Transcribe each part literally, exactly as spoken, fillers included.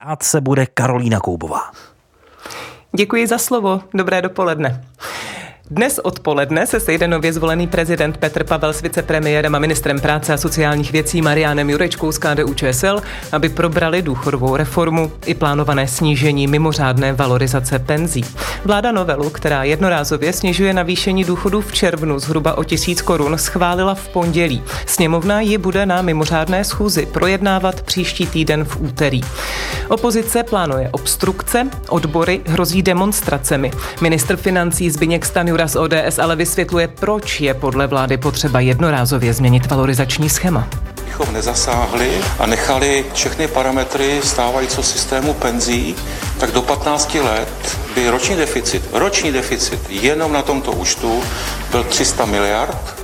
Ať se bude Karolína Koubová. Děkuji za slovo. Dobré dopoledne. Dnes odpoledne se sejde nově zvolený prezident Petr Pavel s vicepremiérem a ministrem práce a sociálních věcí Marianem Jurečkou z K D U Č S L, aby probrali důchodovou reformu i plánované snížení mimořádné valorizace penzí. Vláda novelu, která jednorázově snižuje navýšení důchodů v červnu zhruba o tisíc korun, schválila v pondělí. Sněmovna ji bude na mimořádné schůzi projednávat příští týden v úterý. Opozice plánuje obstrukce, odbory hrozí demonstracemi. Ministr financí Zbyněk Stanjura z O D S ale vysvětluje, proč je podle vlády potřeba jednorázově změnit valorizační schéma. Bychom nezasáhli a nechali všechny parametry stávajícího systému penzí, tak do patnácti let by roční deficit, roční deficit jenom na tomto účtu byl tři sta miliard.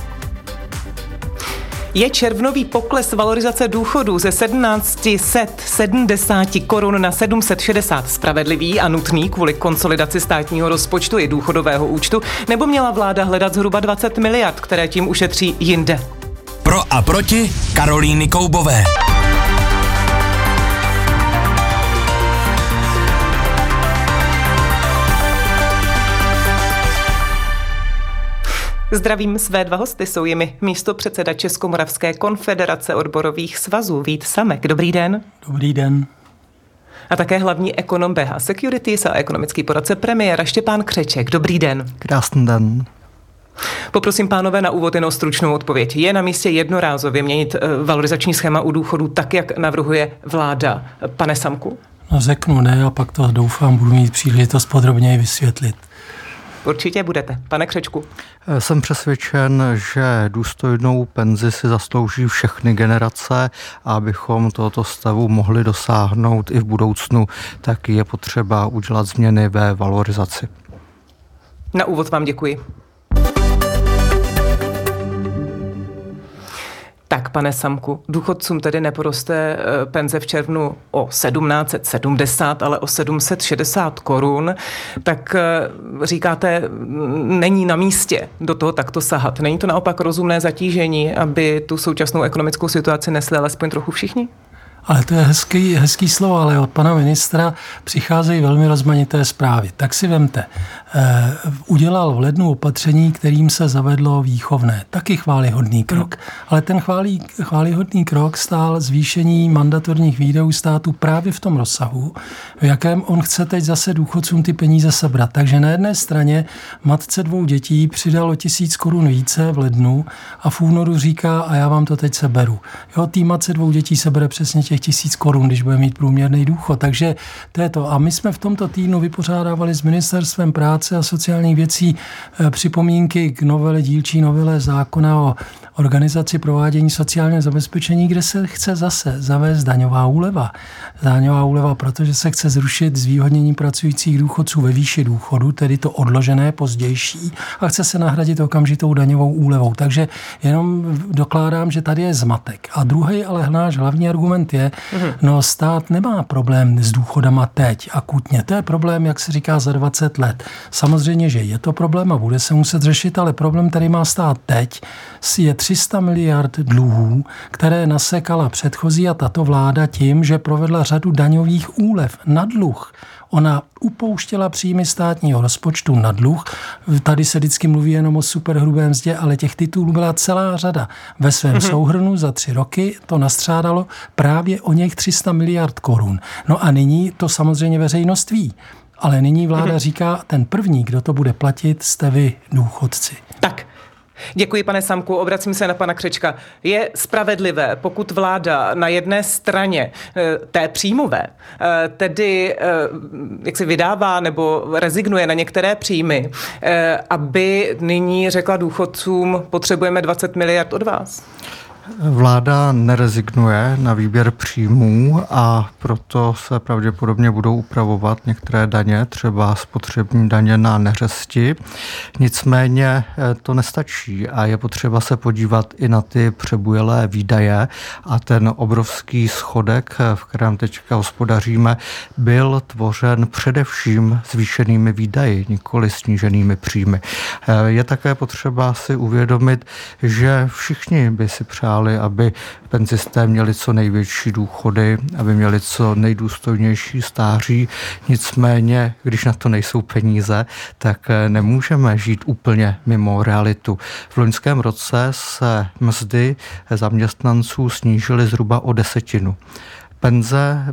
Je červnový pokles valorizace důchodů ze sedmnáct set sedmdesát korun na sedm set šedesát spravedlivý a nutný kvůli konsolidaci státního rozpočtu i důchodového účtu, nebo měla vláda hledat zhruba dvacet miliard, které tím ušetří jinde? Pro a proti Karolíny Koubové. Zdravím své dva hosty, jsou jimi místopředseda Českomoravské konfederace odborových svazů Vít Samek. Dobrý den. Dobrý den. A také hlavní ekonom B H Securities a ekonomický poradce premiéra Štěpán Křeček. Dobrý den. Krásný den. Poprosím pánové na úvod jen o stručnou odpověď. Je na místě jednorázově měnit valorizační schéma u důchodů tak, jak navrhuje vláda? Pane Samku? No řeknu ne a pak to doufám budu mít příležitost podrobněji vysvětlit. Určitě budete. Pane Křečku. Jsem přesvědčen, že důstojnou penzi si zaslouží všechny generace a abychom tohoto stavu mohli dosáhnout i v budoucnu, tak je potřeba udělat změny ve valorizaci. Na úvod vám děkuji. Tak, pane Samku, důchodcům tedy neporoste penze v červnu o sedmnáct set sedmdesát, ale o sedm set šedesát korun. Tak říkáte, není na místě do toho takto sahat. Není to naopak rozumné zatížení, aby tu současnou ekonomickou situaci nesli alespoň trochu všichni? Ale to je hezký, hezký slovo, ale od pana ministra přicházejí velmi rozmanité zprávy. Tak si vemte, eh, udělal v lednu opatření, kterým se zavedlo výchovné. Taky chvályhodný krok. Ale ten chválí, chvályhodný krok stál zvýšení mandatorních výdajů státu právě v tom rozsahu, v jakém on chce teď zase důchodcům ty peníze sebrat. Takže na jedné straně matce dvou dětí přidalo tisíc korun více v lednu a v únoru říká, a já vám to teď seberu. Jo, tý matce dvou dětí sebere přesně těch tisíc korun, když bude mít průměrný důchod. Takže to je to. A my jsme v tomto týdnu vypořádávali s Ministerstvem práce a sociálních věcí připomínky k novele, dílčí novele zákona o organizaci provádění sociálního zabezpečení, kde se chce zase zavést daňová úleva. Daňová úleva, protože se chce zrušit zvýhodnění pracujících důchodců ve výši důchodu, tedy to odložené pozdější, a chce se nahradit okamžitou daňovou úlevou. Takže jenom dokládám, že tady je zmatek. A druhý, ale náš hlavní argument je, mm-hmm. no stát nemá problém s důchodama teď, akutně. To je problém, jak se říká, za dvacet let. Samozřejmě, že je to problém a bude se muset řešit, ale problém, který má stát teď, je tři sta miliard dluhů, které nasekala předchozí a tato vláda tím, že provedla řadu daňových úlev na dluh. Ona upouštěla příjmy státního rozpočtu na dluh. Tady se vždycky mluví jenom o superhrubé mzdě, ale těch titulů byla celá řada. Ve svém mm-hmm. souhrnu za tři roky to nastřádalo právě o něch tři sta miliard korun. No a nyní to samozřejmě veřejnost ví. Ale nyní vláda mm-hmm. říká, ten první, kdo to bude platit, jste vy, důchodci. Tak. Děkuji, pane Samku. Obracím se na pana Křečka. Je spravedlivé, pokud vláda na jedné straně té příjmové, tedy jak se vydává nebo rezignuje na některé příjmy, aby nyní řekla důchodcům, potřebujeme dvacet miliard od vás? Vláda nerezignuje na výběr příjmů a proto se pravděpodobně budou upravovat některé daně, třeba spotřební daně na neřesti. Nicméně to nestačí a je potřeba se podívat i na ty přebujelé výdaje a ten obrovský schodek, v kterém teďka hospodaříme, byl tvořen především zvýšenými výdaji, nikoli sníženými příjmy. Je také potřeba si uvědomit, že všichni by si přáli přáli, aby penzisté měli co největší důchody, aby měli co nejdůstojnější stáří. Nicméně, když na to nejsou peníze, tak nemůžeme žít úplně mimo realitu. V loňském roce se mzdy zaměstnanců snížily zhruba o desetinu. Penze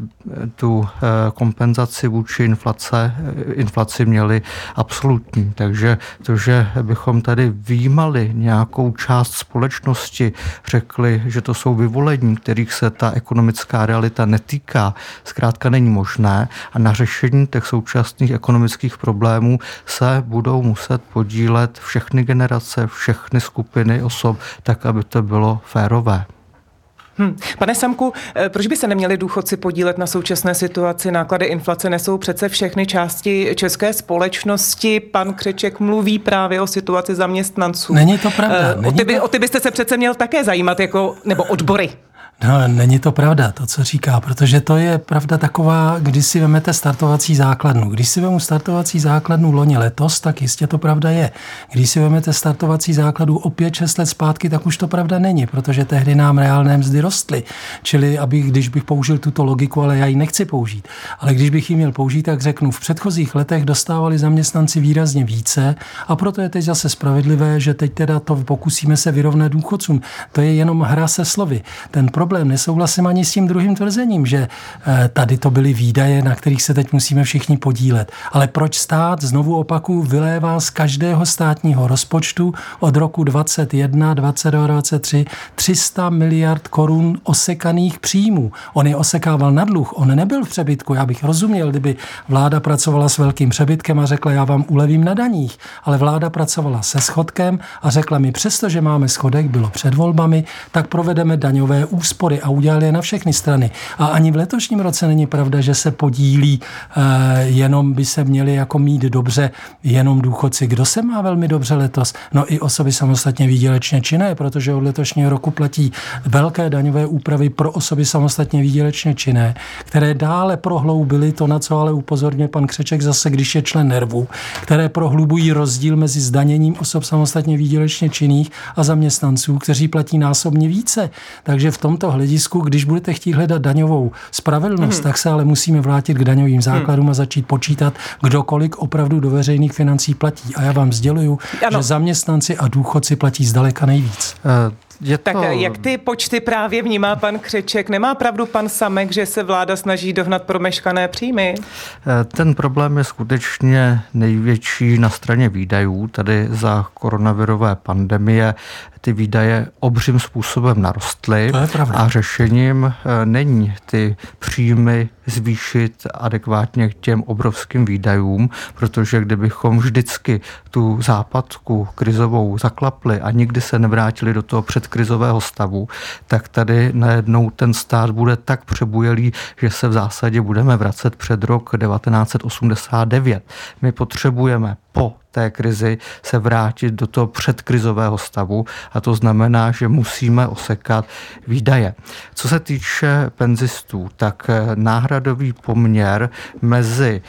tu kompenzaci vůči inflace, inflaci měli absolutní, takže to, že bychom tady výjímali nějakou část společnosti, řekli, že to jsou vyvolení, kterých se ta ekonomická realita netýká, zkrátka není možné a na řešení těch současných ekonomických problémů se budou muset podílet všechny generace, všechny skupiny osob, tak, aby to bylo férové. Hmm. Pane Samku, proč by se neměli důchodci podílet na současné situaci? Náklady inflace nesou přece všechny části české společnosti. Pan Křeček mluví právě o situaci zaměstnanců. Není to pravda. Není o, ty by, to... o ty byste se přece měl také zajímat, jako, nebo odbory. No, není to pravda, to, co říká, protože to je pravda taková, když si vemete startovací základnu. Když si vemu startovací základnu loni letos, tak jistě to pravda je. Když si vemete startovací základu o pět šest let zpátky, tak už to pravda není, protože tehdy nám reálné mzdy rostly. Čili, abych, když bych použil tuto logiku, ale já ji nechci použít, ale když bych ji měl použít, tak řeknu, v předchozích letech dostávali zaměstnanci výrazně více a proto je teď zase spravedlivé, že teď teda to pokusíme se vyrovnat důchodcům. To je jenom hra se slovy. Ten problém nesouhlasím ani s tím druhým tvrzením, že tady to byly výdaje, na kterých se teď musíme všichni podílet. Ale proč stát, znovu opakuju, vylévá z každého státního rozpočtu od roku dvacet jedna, dvacet dva, dvacet tři tři sta miliard korun osekaných příjmů. On je osekával na dluh, on nebyl v přebytku. Já bych rozuměl, kdyby vláda pracovala s velkým přebytkem a řekla, já vám ulevím na daních, ale vláda pracovala se schodkem a řekla mi, přestože máme schodek, bylo před volbami, tak provedeme daňové úspory a udělali je na všechny strany. A ani v letošním roce není pravda, že se podílí, eh, jenom by se měli jako mít dobře jenom důchodci. Kdo se má velmi dobře letos? No i osoby samostatně výdělečně činné, protože od letošního roku platí velké daňové úpravy pro osoby samostatně výdělečně činné, které dále prohloubily to, na co ale upozorňuje pan Křeček zase, když je člen NERVu, které prohlubují rozdíl mezi zdaněním osob samostatně výdělečně činných a zaměstnanců, kteří platí násobně více. Takže v tomto hledisku, když budete chtít hledat daňovou spravedlnost, hmm. tak se ale musíme vrátit k daňovým základům hmm. a začít počítat, kdo kolik opravdu do veřejných financí platí. A já vám sděluju, ano. že zaměstnanci a důchodci platí zdaleka nejvíc. Uh. Je tak to... jak ty počty právě vnímá pan Křeček? Nemá pravdu pan Samek, že se vláda snaží dohnat promeškané příjmy? Ten problém je skutečně největší na straně výdajů. Tady za koronavirové pandemie ty výdaje obřím způsobem narostly a řešením není ty příjmy zvýšit adekvátně k těm obrovským výdajům, protože kdybychom vždycky tu západku krizovou zaklapli a nikdy se nevrátili do toho předkrizového stavu, tak tady najednou ten stát bude tak přebujelý, že se v zásadě budeme vracet před rok devatenáct set osmdesát devět. My potřebujeme po té krizi se vrátit do toho předkrizového stavu a to znamená, že musíme osekat výdaje. Co se týče penzistů, tak náhradový poměr mezi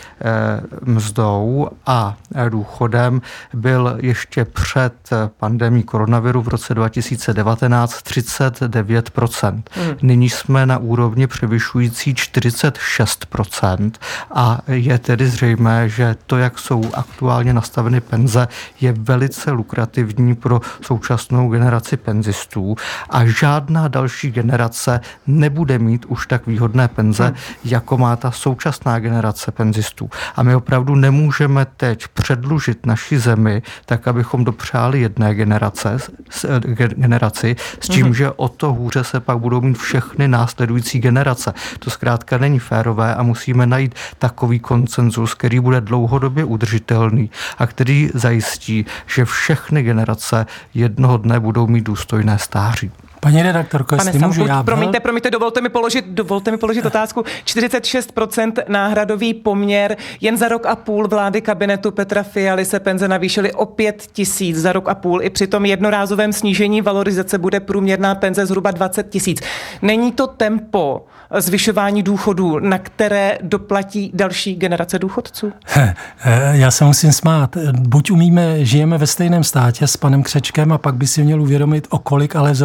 mzdou a důchodem byl ještě před pandemií koronaviru v roce dva tisíce devatenáct třicet devět procent. Hmm. Nyní jsme na úrovni převyšující čtyřicet šest procent a je tedy zřejmé, že to, jak jsou aktuálně nastaveny penze, je velice lukrativní pro současnou generaci penzistů a žádná další generace nebude mít už tak výhodné penze, hmm. jako má ta současná generace penzistů. A my opravdu nemůžeme teď předlužit naši zemi tak, abychom dopřáli jedné generace, generaci, s tím, hmm. že o to hůře se pak budou mít všechny následující generace. To zkrátka není férové a musíme najít takový konsenzus, který bude dlouhodobě udržitelný a který zajistí, že všechny generace jednoho dne budou mít důstojné stáří. Paní redaktorko, jestli Pane můžu, Samku, já promiňte, promiňte, dovolte mi položit, dovolte mi položit otázku. čtyřicet šest procent náhradový poměr. Jen za rok a půl vlády kabinetu Petra Fialy se penze navýšily o pět tisíc za rok a půl. I při tom jednorázovém snížení valorizace bude průměrná penze zhruba dvacet tisíc. Není to tempo zvyšování důchodů, na které doplatí další generace důchodců? Já se musím smát. Buď umíme, žijeme ve stejném státě s panem Křečkem a pak by si měl uvědomit, o kolik ale vzrostly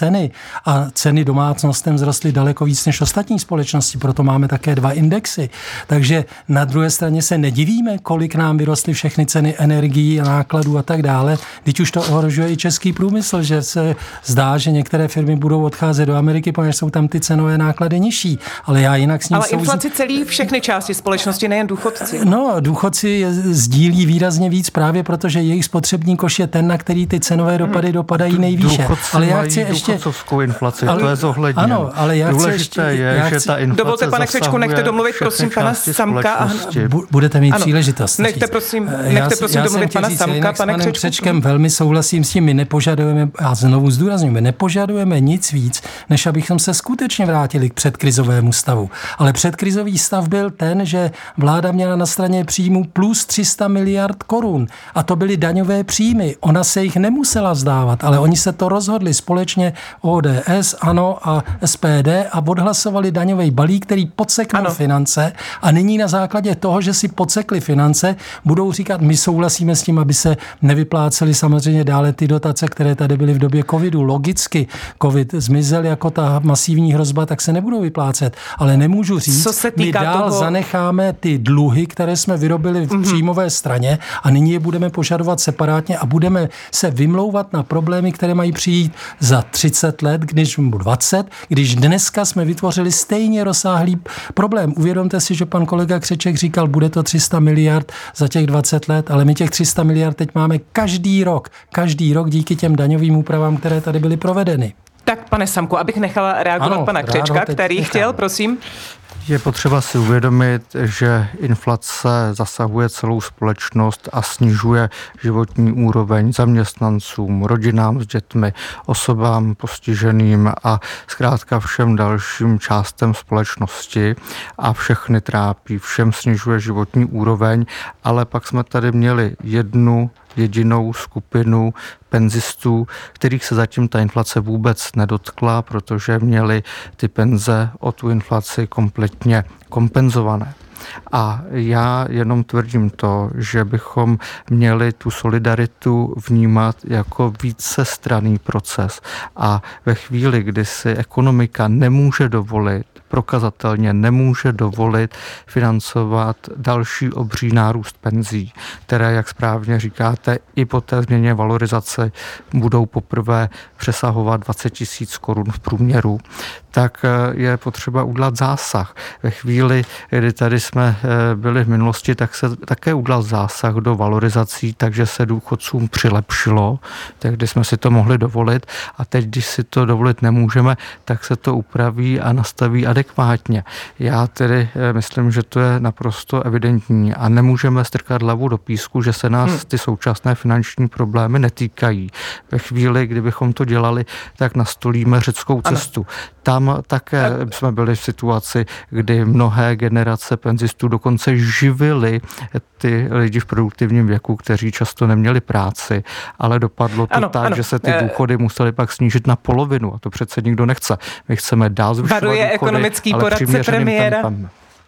ceny a ceny domácnostem vzrostly daleko víc než ostatní společnosti, proto máme také dva indexy. Takže na druhé straně se nedivíme, kolik nám vyrostly všechny ceny energií a nákladů a tak dále. Teď už to ohrožuje i český průmysl, že se zdá, že některé firmy budou odcházet do Ameriky, protože jsou tam ty cenové náklady nižší. Ale já jinak s ním Ale souzím. inflaci celý všechny části společnosti, nejen důchodci. No, důchodci sdílí výrazně víc právě protože jejich spotřební koš je ten, na který ty cenové dopady hmm. dopadají nejvýše. Důchodci ale já mají chci ještě důchodcovskou inflaci, ale, to je zohledněno. Ano, ale já chci ještě je, já že chci, ta inflace dovolte, pane Křečku, nechte domluvit prosím pana Samka. A... Budete mít ano, příležitost. Nechte prosím, nechte já, prosím já domluvit pana říct, Samka, pane Křečku. Křečkem velmi souhlasím s tím, my nepožadujeme, a znovu zdůrazňuji, my nepožadujeme nic víc, než abychom se skutečně vrátili k předkrizovému stavu. Ale předkrizový stav byl ten, že vláda měla na straně příjmů plus tři sta miliard korun. A to byly daňové příjmy. Ona se jich nemusela vzdávat, ale oni se to rozhodli společně O D S, ANO a S P D a odhlasovali daňový balík, který podseknul ano. finance a nyní na základě toho, že si podsekli finance, budou říkat, my souhlasíme s tím, aby se nevyplácely samozřejmě dále ty dotace, které tady byly v době covidu. Logicky covid zmizel jako ta masivní hrozba, tak se nebudou vyplácet. Ale nemůžu říct, co se my dál toho... zanecháme ty dluhy, které jsme vyrobili v mm-hmm. příjmové straně a nyní je budeme požadovat separátně a budeme se vymlouvat na problémy, které mají přijít za třicet let, když dvacet, když dneska jsme vytvořili stejně rozsáhlý problém. Uvědomte si, že pan kolega Křeček říkal, bude to tři sta miliard za těch dvacet let, ale my těch tři sta miliard teď máme každý rok. Každý rok díky těm daňovým úpravám, které tady byly provedeny. Tak, pane Samku, abych nechala reagovat ano, pana Křečka, který nechám. chtěl, prosím. Je potřeba si uvědomit, že inflace zasahuje celou společnost a snižuje životní úroveň zaměstnancům, rodinám s dětmi, osobám postiženým a zkrátka všem dalším částem společnosti a všechny trápí, všem snižuje životní úroveň, ale pak jsme tady měli jednu jedinou skupinu penzistů, kterých se zatím ta inflace vůbec nedotkla, protože měli ty penze o tu inflaci kompletně kompenzované. A já jenom tvrdím to, že bychom měli tu solidaritu vnímat jako vícestranný proces. A ve chvíli, kdy si ekonomika nemůže dovolit, prokazatelně nemůže dovolit financovat další obří nárůst penzí, které, jak správně říkáte, i po té změně valorizace budou poprvé přesahovat dvacet tisíc korun v průměru, tak je potřeba udělat zásah. Ve chvíli, kdy tady jsme byli v minulosti, tak se také udělal zásah do valorizací, takže se důchodcům přilepšilo, tehdy jsme si to mohli dovolit a teď, když si to dovolit nemůžeme, tak se to upraví a nastaví adekvátně. Já tedy myslím, že to je naprosto evidentní a nemůžeme strkat hlavu do písku, že se nás ty současné finanční problémy netýkají. Ve chvíli, kdybychom to dělali, tak nastolíme řeckou cestu. Ano. Tam také jsme byli v situaci, kdy mnohé generace penzistů dokonce živili ty lidi v produktivním věku, kteří často neměli práci, ale dopadlo to ano, tak, ano. že se ty důchody museli pak snížit na polovinu a to přece nikdo nechce. My chceme dál zvyšovat důchody, ekonomický ale poradce premiéra. Tempem.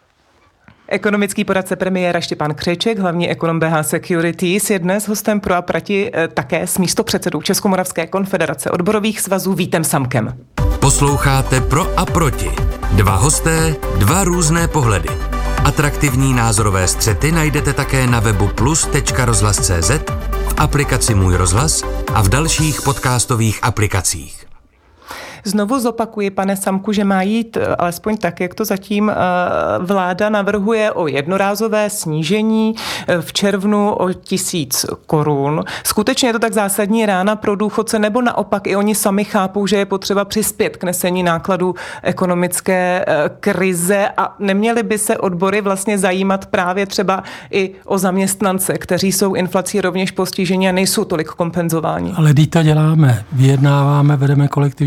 Ekonomický poradce premiéra Štěpán Křeček, hlavní ekonom B H Securities, je dnes hostem Pro a proti také s místopředsedou Českomoravské konfederace odborových svazů Vítem Samkem. Posloucháte Pro a proti. Dva hosté, dva různé pohledy. Atraktivní názorové střety najdete také na webu plus tečka rozhlas tečka cé zet, v aplikaci Můj rozhlas a v dalších podcastových aplikacích. Znovu zopakuji, pane Samku, že má jít alespoň tak, jak to zatím vláda navrhuje, o jednorázové snížení v červnu o tisíc korun. Skutečně je to tak zásadní rána pro důchodce, nebo naopak i oni sami chápou, že je potřeba přispět k nesení nákladů ekonomické krize a neměly by se odbory vlastně zajímat právě třeba i o zaměstnance, kteří jsou inflací rovněž postiženi a nejsou tolik kompenzováni? Ale když to děláme, vyjednáváme, vedeme kolektivní smlouvy,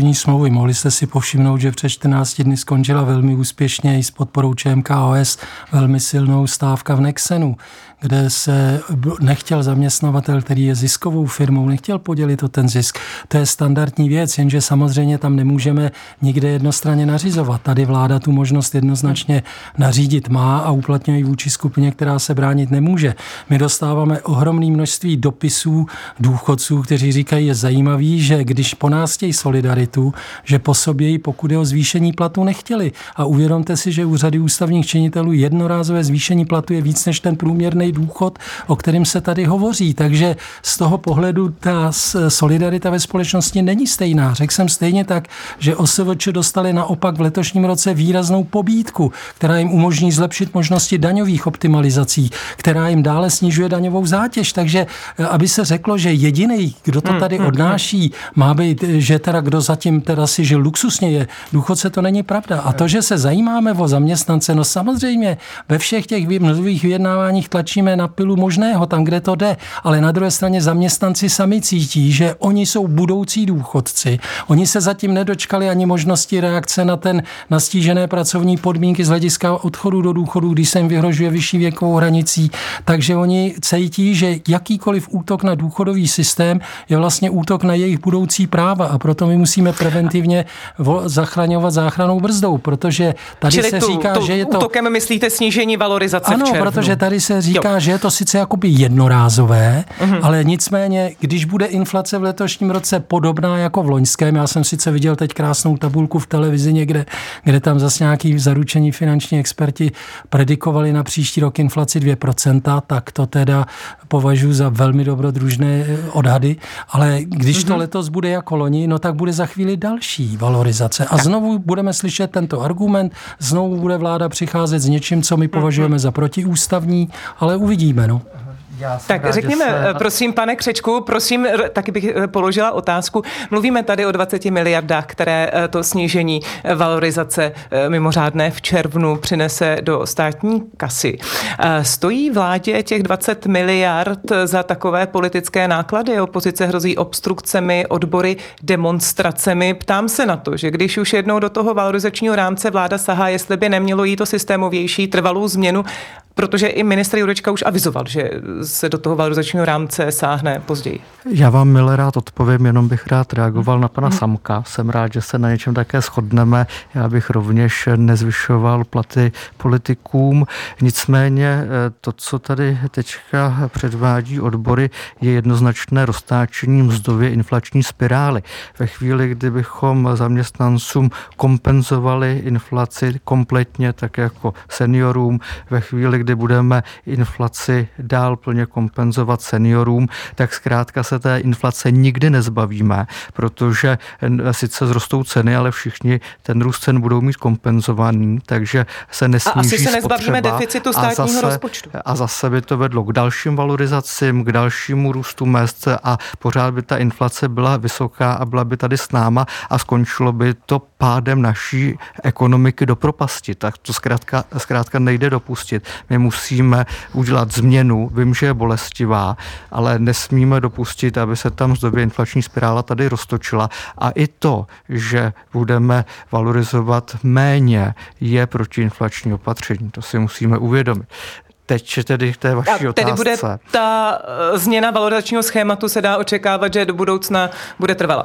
vývoj. Mohli jste si povšimnout, že před čtrnácti dny skončila velmi úspěšně i s podporou ČMKOS velmi silnou stávka v Nexenu, kde se nechtěl zaměstnavatel, který je ziskovou firmou, nechtěl podělit o ten zisk. To je standardní věc, jenže samozřejmě tam nemůžeme nikde jednostranně nařizovat. Tady vláda tu možnost jednoznačně nařídit má a uplatňuje vůči skupině, která se bránit nemůže. My dostáváme ohromné množství dopisů důchodců, kteří říkají, je zajímavý, že když po nás chtějí solidaritu, že po sobě ji, pokud je o zvýšení platu, nechtěli. A uvědomte si, že u řady ústavních činitelů jednorázové zvýšení platu je víc než ten průměrný důchod, o kterém se tady hovoří. Takže z toho pohledu ta solidarita ve společnosti není stejná. Řekl jsem stejně tak, že O S V Č dostali naopak v letošním roce výraznou pobídku, která jim umožní zlepšit možnosti daňových optimalizací, která jim dále snižuje daňovou zátěž. Takže aby se řeklo, že jediný, kdo to tady odnáší, má být, že teda kdo zatím teda si žil luxusně je důchodce, to není pravda. A to, že se zajímáme o zaměstnance, no samozřejmě ve všech těch mzdových vyjednáváních tlačíme na pilu možného, tam, kde to jde, ale na druhé straně zaměstnanci sami cítí, že oni jsou budoucí důchodci. Oni se zatím nedočkali ani možnosti reakce na ten nastížené pracovní podmínky z hlediska odchodu do důchodu, když se jim vyhrožuje vyšší věkovou hranicí. Takže oni cítí, že jakýkoliv útok na důchodový systém je vlastně útok na jejich budoucí práva a proto my musíme preventivně zachraňovat záchrannou brzdou, protože tady Čili se tu, říká, tu, že je to... útokem myslíte snížení valorizace ano, v červnu. protože tady se říká, jo. že je to sice jakoby jednorázové, uh-huh. ale nicméně, když bude inflace v letošním roce podobná jako v loňském, já jsem sice viděl teď krásnou tabulku v televizi někde, kde tam zase nějaký zaručení finanční experti predikovali na příští rok inflaci dvě procenta, tak to teda považuji za velmi dobrodružné odhady, ale když uh-huh. to letos bude jako loni, no tak bude za chvíli další valorizace. A znovu budeme slyšet tento argument, znovu bude vláda přicházet s něčím, co my považujeme za protiústavní, ale uvidíme, no. Tak rád, řekněme, se... prosím, pane Křečku, prosím, taky bych položila otázku. Mluvíme tady o dvaceti miliardách, které to snížení valorizace mimořádné v červnu přinese do státní kasy. Stojí vládě těch dvacet miliard za takové politické náklady? Opozice hrozí obstrukcemi, odbory, demonstracemi. Ptám se na to, že když už jednou do toho valorizačního rámce vláda sahá, jestli by nemělo jít o systémovější trvalou změnu, protože i ministr Jurečka už avizoval, že se do toho valorizačního rámce sáhne později. Já vám milé rád odpovím, jenom bych rád reagoval na pana Samka. Jsem rád, že se na něčem také shodneme. Já bych rovněž nezvyšoval platy politikům. Nicméně to, co tady teďka předvádí odbory, je jednoznačné roztáčení mzdově inflační spirály. Ve chvíli, kdybychom zaměstnancům kompenzovali inflaci kompletně, tak jako seniorům, ve chvíli, kdy budeme inflaci dál plně kompenzovat seniorům, tak zkrátka se té inflace nikdy nezbavíme, protože sice zrostou ceny, ale všichni ten růst cen budou mít kompenzovaný, takže se nesníží spotřeba. A asi se nezbavíme deficitu státního zase, rozpočtu. A zase by to vedlo k dalším valorizacím, k dalšímu růstu mezd a pořád by ta inflace byla vysoká a byla by tady s náma a skončilo by to pádem naší ekonomiky do propasti. Tak to zkrátka, zkrátka nejde dopustit. My musíme udělat změnu, vím, že je bolestivá, ale nesmíme dopustit, aby se tam mzdově inflační spirála tady roztočila. A i to, že budeme valorizovat méně, je protiinflační opatření. To si musíme uvědomit. Teď tedy k té vaší a tedy otázce. Bude ta změna valorizačního schématu se dá očekávat, že do budoucna bude trvalá?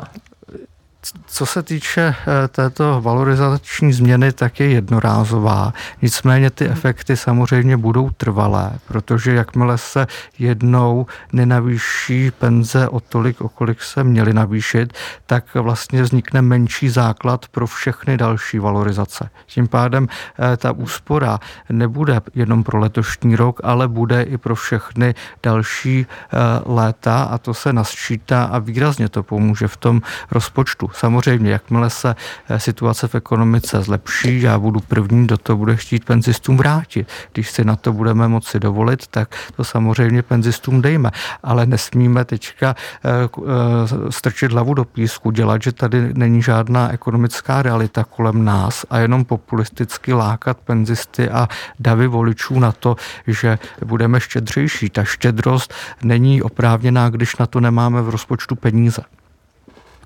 Co se týče této valorizační změny, tak je jednorázová. Nicméně ty efekty samozřejmě budou trvalé, protože jakmile se jednou nenavýší penze o tolik, o kolik se měly navýšit, tak vlastně vznikne menší základ pro všechny další valorizace. Tím pádem ta úspora nebude jenom pro letošní rok, ale bude i pro všechny další léta a to se nasčítá a výrazně to pomůže v tom rozpočtu. Samozřejmě, jakmile se situace v ekonomice zlepší, já budu první, kdo to bude chtít penzistům vrátit. Když si na to budeme moci dovolit, tak to samozřejmě penzistům dejme. Ale nesmíme teďka strčit hlavu do písku, dělat, že tady není žádná ekonomická realita kolem nás a jenom populisticky lákat penzisty a davy voličů na to, že budeme štědřejší. Ta štědrost není oprávněná, když na to nemáme v rozpočtu peníze.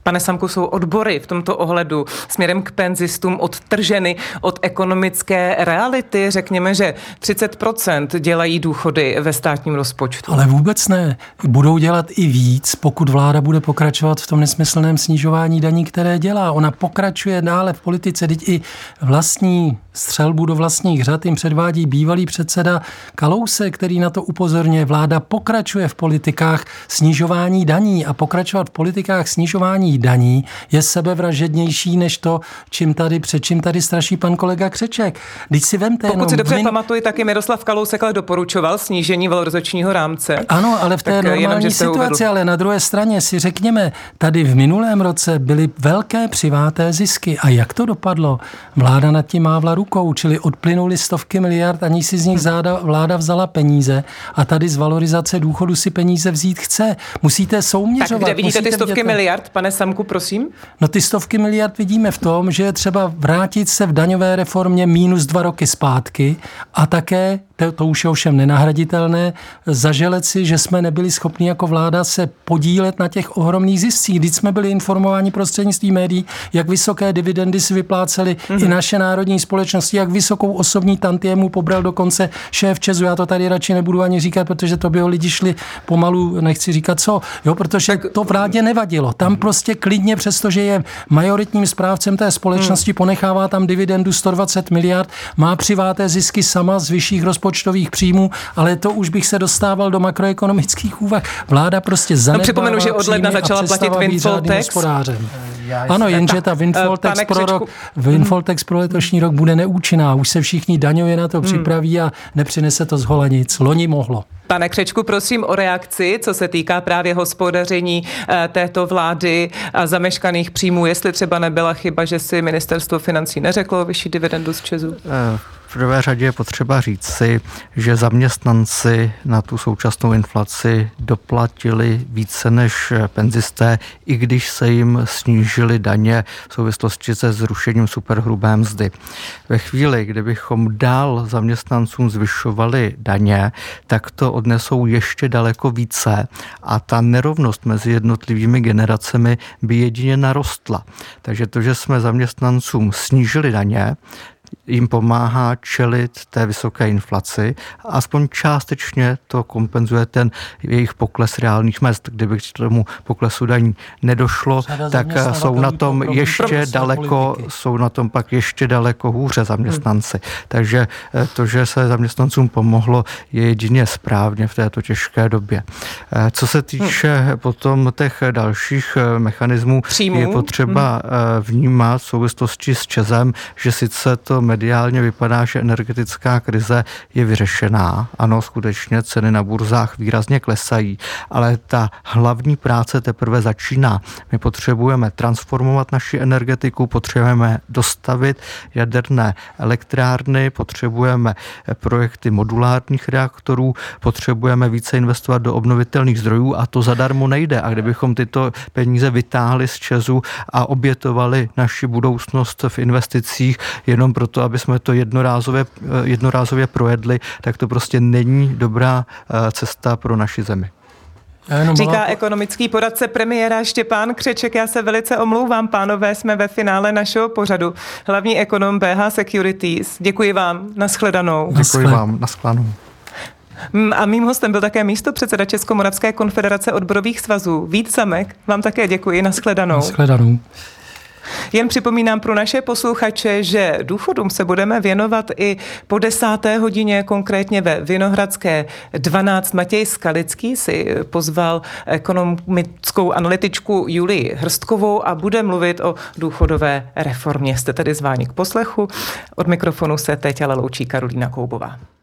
Pane Samku, jsou odbory v tomto ohledu směrem k penzistům odtrženy od ekonomické reality? Řekněme, že třicet procent dělají důchody ve státním rozpočtu. Ale vůbec ne. Budou dělat i víc, pokud vláda bude pokračovat v tom nesmyslném snižování daní, které dělá. Ona pokračuje dále v politice, teď i vlastní střelbu do vlastních řad jim předvádí bývalý předseda Kalousek, který na to upozorňuje. Vláda pokračuje v politikách snižování daní a pokračovat v politikách snižování daní je sebevražednější než to, čím tady, před čím tady straší pan kolega Křeček. Když si vemte, Pokud si dobře min... pamatuji, taky Miroslav Kalousek ale doporučoval snížení valorizačního rámce. Ano, ale v té tak normální jenom, situaci, ale na druhé straně si řekněme, tady v minulém roce byly velké přiváté zisky. A jak to dopadlo? Vláda nad tím mávla rukou, čili odplynuly stovky miliard, aniž si z nich záda, vláda vzala peníze a tady z valorizace důchodu si peníze vzít chce. Musíte souměřovat. Tak kde vidíte ty stovky vidět, miliard, pane Samku, prosím? No ty stovky miliard vidíme v tom, že je třeba vrátit se v daňové reformě mínus dva roky zpátky a také, to, to už je ovšem nenahraditelné, zaželet si, že jsme nebyli schopni jako vláda se podílet na těch ohromných ziscích. Vždyť jsme byli informováni prostřednictvím médií, jak vysoké dividendy si vyplácely mm-hmm. i naše národní společnosti, jak vysokou osobní tantiemu pobral dokonce šéf ČEZu. Já to tady radši nebudu ani říkat, protože to by ho lidi šli pomalu, nechci říkat co, jo, protože tak to vládě nevadilo. Tam prostě klidně, přestože je majoritním správcem té společnosti, hmm. ponechává tam dividendu sto dvacet miliard, má přiváté zisky sama z vyšších rozpočtových příjmů, ale to už bych se dostával do makroekonomických úvah. Vláda prostě zanedbává. No, připomenu, že od ledna začala platit windfall tax. Ano, jenže ta windfall tax pro rok, windfall tax pro letošní rok bude neúčinná. Už se všichni daňově na to připraví a nepřinese to z hola nic. Loni mohlo. Pane Křečku, prosím o reakci, co se týká právě hospodaření této vlády a zameškaných příjmů. Jestli třeba nebyla chyba, že si ministerstvo financí neřeklo vyšší dividendu z ČEZu? V prvé řadě je potřeba říct si, že zaměstnanci na tu současnou inflaci doplatili více než penzisté, i když se jim snížily daně v souvislosti se zrušením superhrubé mzdy. Ve chvíli, kdybychom dál zaměstnancům zvyšovali daně, tak to odnesou ještě daleko více a ta nerovnost mezi jednotlivými generacemi by jedině narostla. Takže to, že jsme zaměstnancům snížili daně, jim pomáhá čelit té vysoké inflaci a aspoň částečně to kompenzuje ten jejich pokles reálných mezd. Kdyby k tomu poklesu daní nedošlo, tak jsou na tom ještě daleko, jsou na tom pak ještě daleko hůře zaměstnanci. Hmm. Takže to, že se zaměstnancům pomohlo, je jedině správně v této těžké době. Co se týče hmm. potom těch dalších mechanismů, Příjmu. je potřeba hmm. vnímat v souvislosti s ČEZem, že sice to mediálně vypadá, že energetická krize je vyřešená. Ano, skutečně ceny na burzách výrazně klesají, ale ta hlavní práce teprve začíná. My potřebujeme transformovat naši energetiku, potřebujeme dostavit jaderné elektrárny, potřebujeme projekty modulárních reaktorů, potřebujeme více investovat do obnovitelných zdrojů a to zadarmo nejde. A kdybychom tyto peníze vytáhli z ČEZu a obětovali naši budoucnost v investicích jenom proto, aby jsme to jednorázově, jednorázově projedli, tak to prostě není dobrá cesta pro naši zemi. Říká byla... ekonomický poradce premiéra Štěpán Křeček. Já se velice omlouvám, pánové, jsme ve finále našeho pořadu. Hlavní ekonom B H Securities. Děkuji vám, nashledanou. Děkuji vám, nashledanou. A mým hostem byl také místopředseda Českomoravské konfederace odborových svazů Vít Samek. Vám také děkuji, nashledanou. Nashledanou. Jen připomínám pro naše posluchače, že důchodům se budeme věnovat i po desáté hodině, konkrétně ve Vinohradské dvanáct. Matěj Skalický si pozval ekonomickou analytičku Julii Hrstkovou a bude mluvit o důchodové reformě. Jste tedy zváni k poslechu. Od mikrofonu se teď ale loučí Karolína Koubová.